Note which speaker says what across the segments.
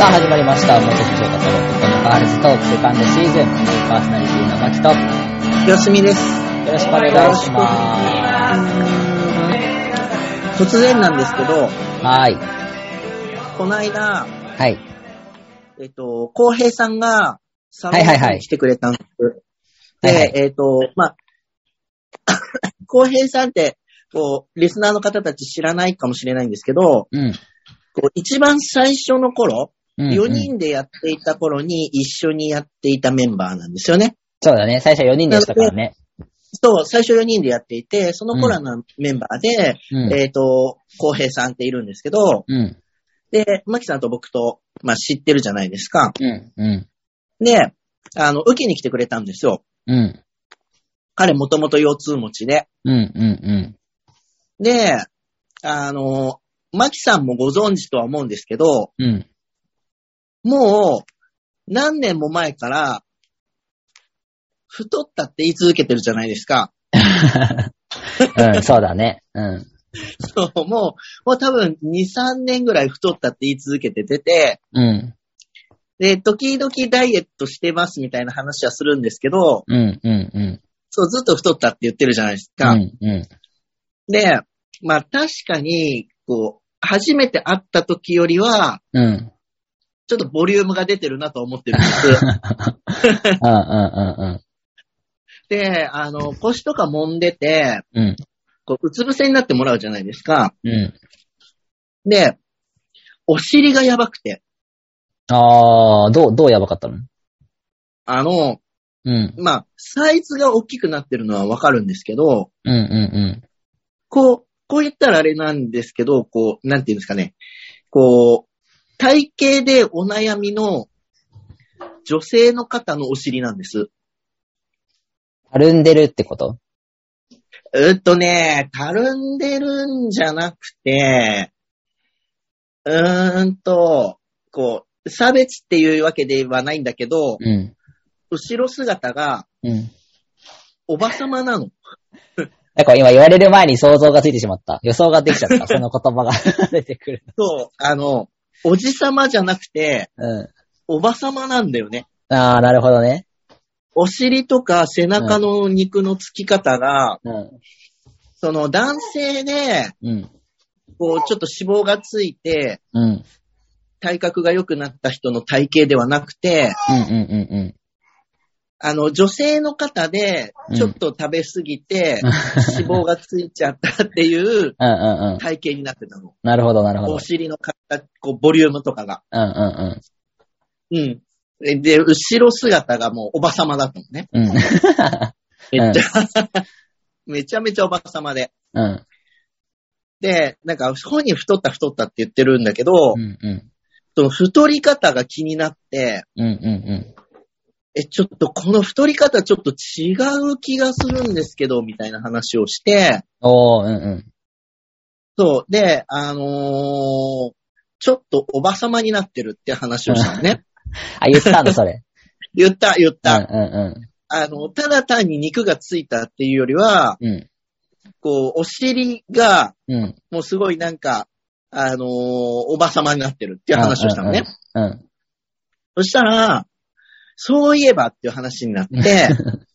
Speaker 1: さあ始まりました。元市長とロボットのガールズトークセカンドシーズン。パーソナリティのマキと
Speaker 2: よすみです。
Speaker 1: よろしくお願いします。
Speaker 2: 突然なんですけど、
Speaker 1: はい。
Speaker 2: この間、
Speaker 1: はい。
Speaker 2: 浩平さんがサロンに来てくれたんです。
Speaker 1: はいはい、
Speaker 2: で、浩平さんって、リスナーの方たち知らないかもしれないんですけど、一番最初の頃、4人でやっていた頃に一緒にやっていたメンバーなんですよね。
Speaker 1: そうだね。最初4人でしたからね。
Speaker 2: そう、最初4人でやっていて、その頃のメンバーで、浩平さんっているんですけど、で、マキさんと僕と、知ってるじゃないですか。で、受けに来てくれたんですよ。彼もともと腰痛持ちで。で、マキさんもご存知とは思うんですけど、もう、何年も前から、太ったって言い続けてるじゃないですか。
Speaker 1: そうだね。
Speaker 2: そう、もう多分2、3年ぐらい太ったって言い続けてて、で、時々ダイエットしてますみたいな話はするんですけど、そう、ずっと太ったって言ってるじゃないですか。で、確かに、初めて会った時よりは、ちょっとボリュームが出てるなと思ってるんです。で、腰とか揉んでて、うつ伏せになってもらうじゃないですか。で、お尻がやばくて。
Speaker 1: どうやばかったの？
Speaker 2: サイズが大きくなってるのはわかるんですけど、こう言ったらあれなんですけど、なんていうんですかね。体型でお悩みの女性の方のお尻なんです。
Speaker 1: たるんでるってこと？
Speaker 2: たるんでるんじゃなくて、差別っていうわけではないんだけど、後ろ姿が、おばさまなの。
Speaker 1: なんか今言われる前に想像がついてしまった。予想ができちゃった。その言葉が出てくる。
Speaker 2: そう、おじさまじゃなくて、おばさまなんだよね。
Speaker 1: なるほどね。
Speaker 2: お尻とか背中の肉のつき方が、その男性で、ちょっと脂肪がついて、体格が良くなった人の体型ではなくて、女性の方で、ちょっと食べ過ぎて、脂肪がついちゃったっていう体型になってたの。
Speaker 1: なるほど、なるほど。
Speaker 2: お尻の形、ボリュームとかが。で、後ろ姿がもうおばさまだったのね。めちゃめちゃおばさまで。で、なんか、本人太ったって言ってるんだけど、その太り方が気になって、ちょっとこの太り方ちょっと違う気がするんですけど、みたいな話をして、そう。で、ちょっとおばさまになってるって話をしたのね。
Speaker 1: 言ったのそれ。
Speaker 2: 言った。ただ単に肉がついたっていうよりは、お尻が、もうすごいなんか、おばさまになってるっていう話をしたのね。そしたら、そういえばっていう話になって、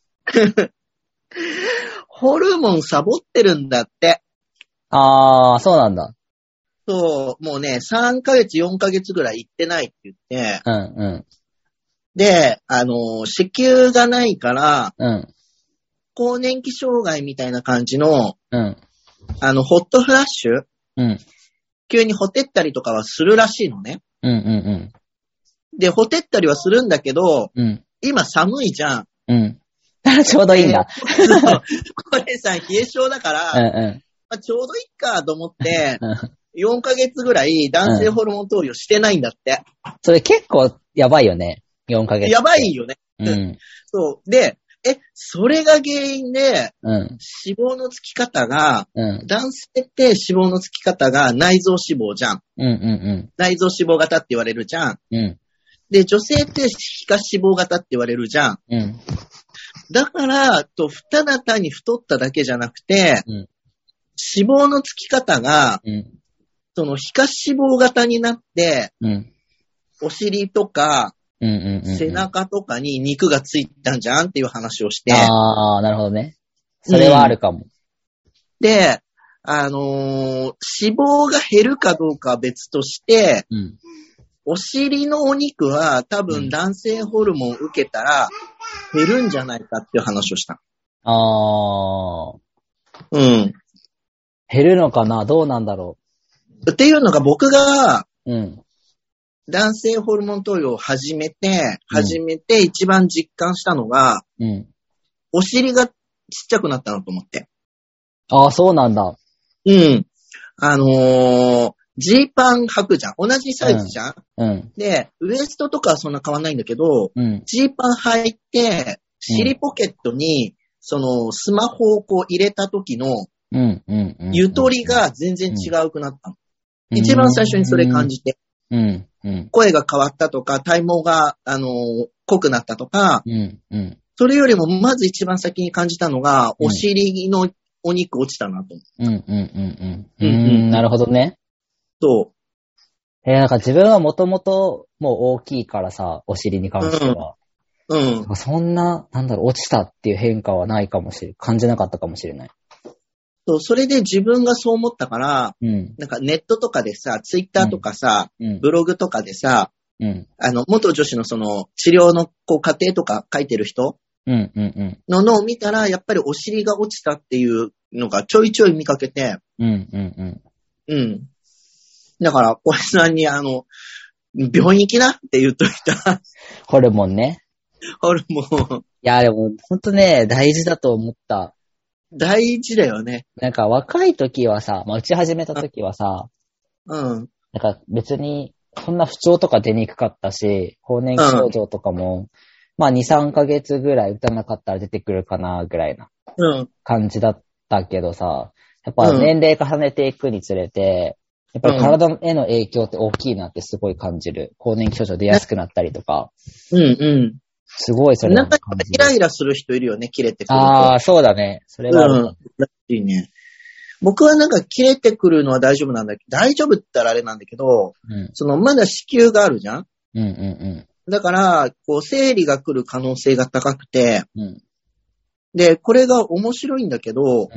Speaker 2: ホルモンサボってるんだって。
Speaker 1: そうなんだ。
Speaker 2: そう、もうね、3ヶ月、4ヶ月ぐらい行ってないって言って、で、子宮がないから、更年期障害みたいな感じの、ホットフラッシュ、急にほてったりとかはするらしいのね。で、ほてったりはするんだけど、今寒いじゃん。
Speaker 1: ちょうどいいんだ。
Speaker 2: これさ、冷え性だから、ちょうどいいかと思って、4ヶ月ぐらい男性ホルモン投与してないんだって。
Speaker 1: それ結構やばいよね。4ヶ月。
Speaker 2: やばいよね。そう。で、それが原因で、脂肪のつき方が、男性って脂肪のつき方が内臓脂肪じゃん。内臓脂肪型って言われるじゃん。で、女性って皮下脂肪型って言われるじゃん。だから、ただ単に太っただけじゃなくて、脂肪のつき方が、その皮下脂肪型になって、 お尻とか、背中とかに肉がついたんじゃんっていう話をして。
Speaker 1: ああ、なるほどね。それはあるかも。
Speaker 2: で、脂肪が減るかどうかは別として、お尻のお肉は多分男性ホルモンを受けたら減るんじゃないかっていう話をした。減
Speaker 1: るのかな？どうなんだろ
Speaker 2: う。っていうのが僕が、男性ホルモン投与を始めて一番実感したのが、お尻がちっちゃくなったなと思って。
Speaker 1: ああ、そうなんだ。
Speaker 2: ジーパン履くじゃん。同じサイズじゃん。で、ウエストとかはそんな変わんないんだけど、ジーパン履いて、尻ポケットに、その、スマホをこう入れた時の、ゆとりが全然違うくなったの。一番最初にそれ感じて。声が変わったとか、体毛が、濃くなったとか、それよりもまず一番先に感じたのが、お尻のお肉落ちたなと思
Speaker 1: う。なるほどね。
Speaker 2: そう。
Speaker 1: なんか自分はもともともう大きいからさ、お尻に関しては。そんな、落ちたっていう変化はないかもしれない。感じなかったかもしれない。
Speaker 2: そう、それで自分がそう思ったから、なんかネットとかでさ、ツイッターとかさ、ブログとかでさ、元女子のその治療のこう過程とか書いてる人のを見たら、やっぱりお尻が落ちたっていうのがちょいちょい見かけて、だから、小江さんに病院行きなって言っといた。
Speaker 1: ホルモンね。
Speaker 2: ホルモン。
Speaker 1: いや、でも、ほんとね、大事だと思った。
Speaker 2: 大事だよね。
Speaker 1: なんか若い時はさ、打ち始めた時はさ、なんか別に、そんな不調とか出にくかったし、更年期症状とかも、2、3ヶ月ぐらい打たなかったら出てくるかな、ぐらいな感じだったけどさ、やっぱ年齢重ねていくにつれて、やっぱり体への影響って大きいなってすごい感じる。更年期症状出やすくなったりとか。すごいそれ
Speaker 2: なんかイライラする人いるよね、切れてくると。
Speaker 1: ああ、そうだね。それはある。
Speaker 2: らしいね。僕はなんか切れてくるのは大丈夫なんだけど、大丈夫って言ったらあれなんだけど、そのまだ子宮があるじゃん。だから、こう、生理が来る可能性が高くて、で、これが面白いんだけど、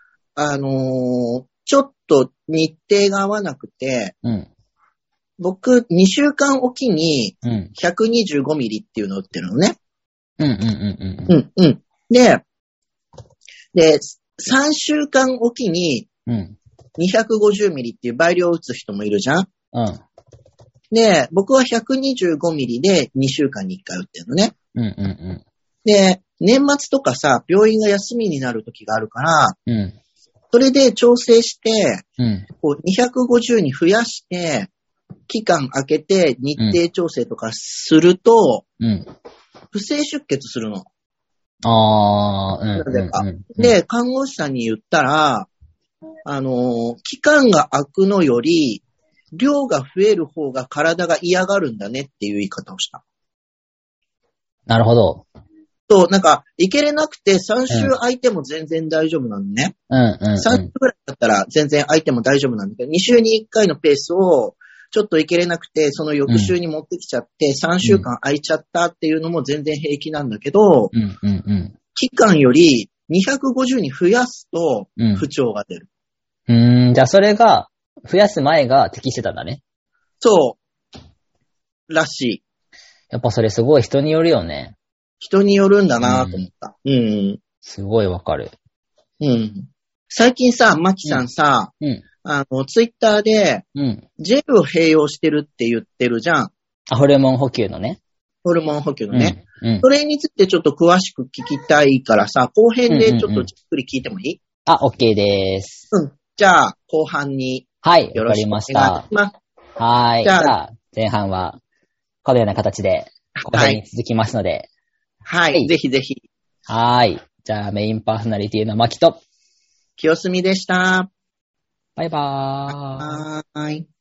Speaker 2: ちょっと日程が合わなくて、僕、2週間おきに125ミリっていうのを打ってるのね。で、3週間おきに250ミリっていう倍量を打つ人もいるじゃん。で、僕は125ミリで2週間に1回打ってるのね。で、年末とかさ、病院が休みになる時があるから、それで調整して、こう250に増やして、期間空けて日程調整とかすると、不正出血するの。で、看護師さんに言ったら、期間が空くのより、量が増える方が体が嫌がるんだねっていう言い方をした。
Speaker 1: なるほど。
Speaker 2: そう、なんか、いけれなくて3週空いても全然大丈夫なのね。3週ぐらいだったら全然空いても大丈夫なんだけど、2週に1回のペースをちょっといけれなくて、その翌週に持ってきちゃって、3週間空いちゃったっていうのも全然平気なんだけど、期間より250に増やすと不調が出る。
Speaker 1: じゃあそれが、増やす前が適してたんだね。
Speaker 2: そう。らしい。
Speaker 1: やっぱそれすごい人によるよね。
Speaker 2: 人によるんだなと思った。
Speaker 1: すごいわかる。
Speaker 2: 最近さ、マキさんさ、ツイッターで、ジェルを併用してるって言ってるじゃん。
Speaker 1: ホルモン補給のね。
Speaker 2: ホルモン補給のね。それについてちょっと詳しく聞きたいからさ、後編でちょっとじっくり聞いてもいい？
Speaker 1: OK です。
Speaker 2: じゃあ、後半に。
Speaker 1: はい、わかりました。はい。じゃあ、前半は、このような形で、後編に続きますので。
Speaker 2: はい、ぜひぜひ。
Speaker 1: はい。じゃあ、メインパーソナリティのマキと、
Speaker 2: 清澄でした。
Speaker 1: バイバーイ。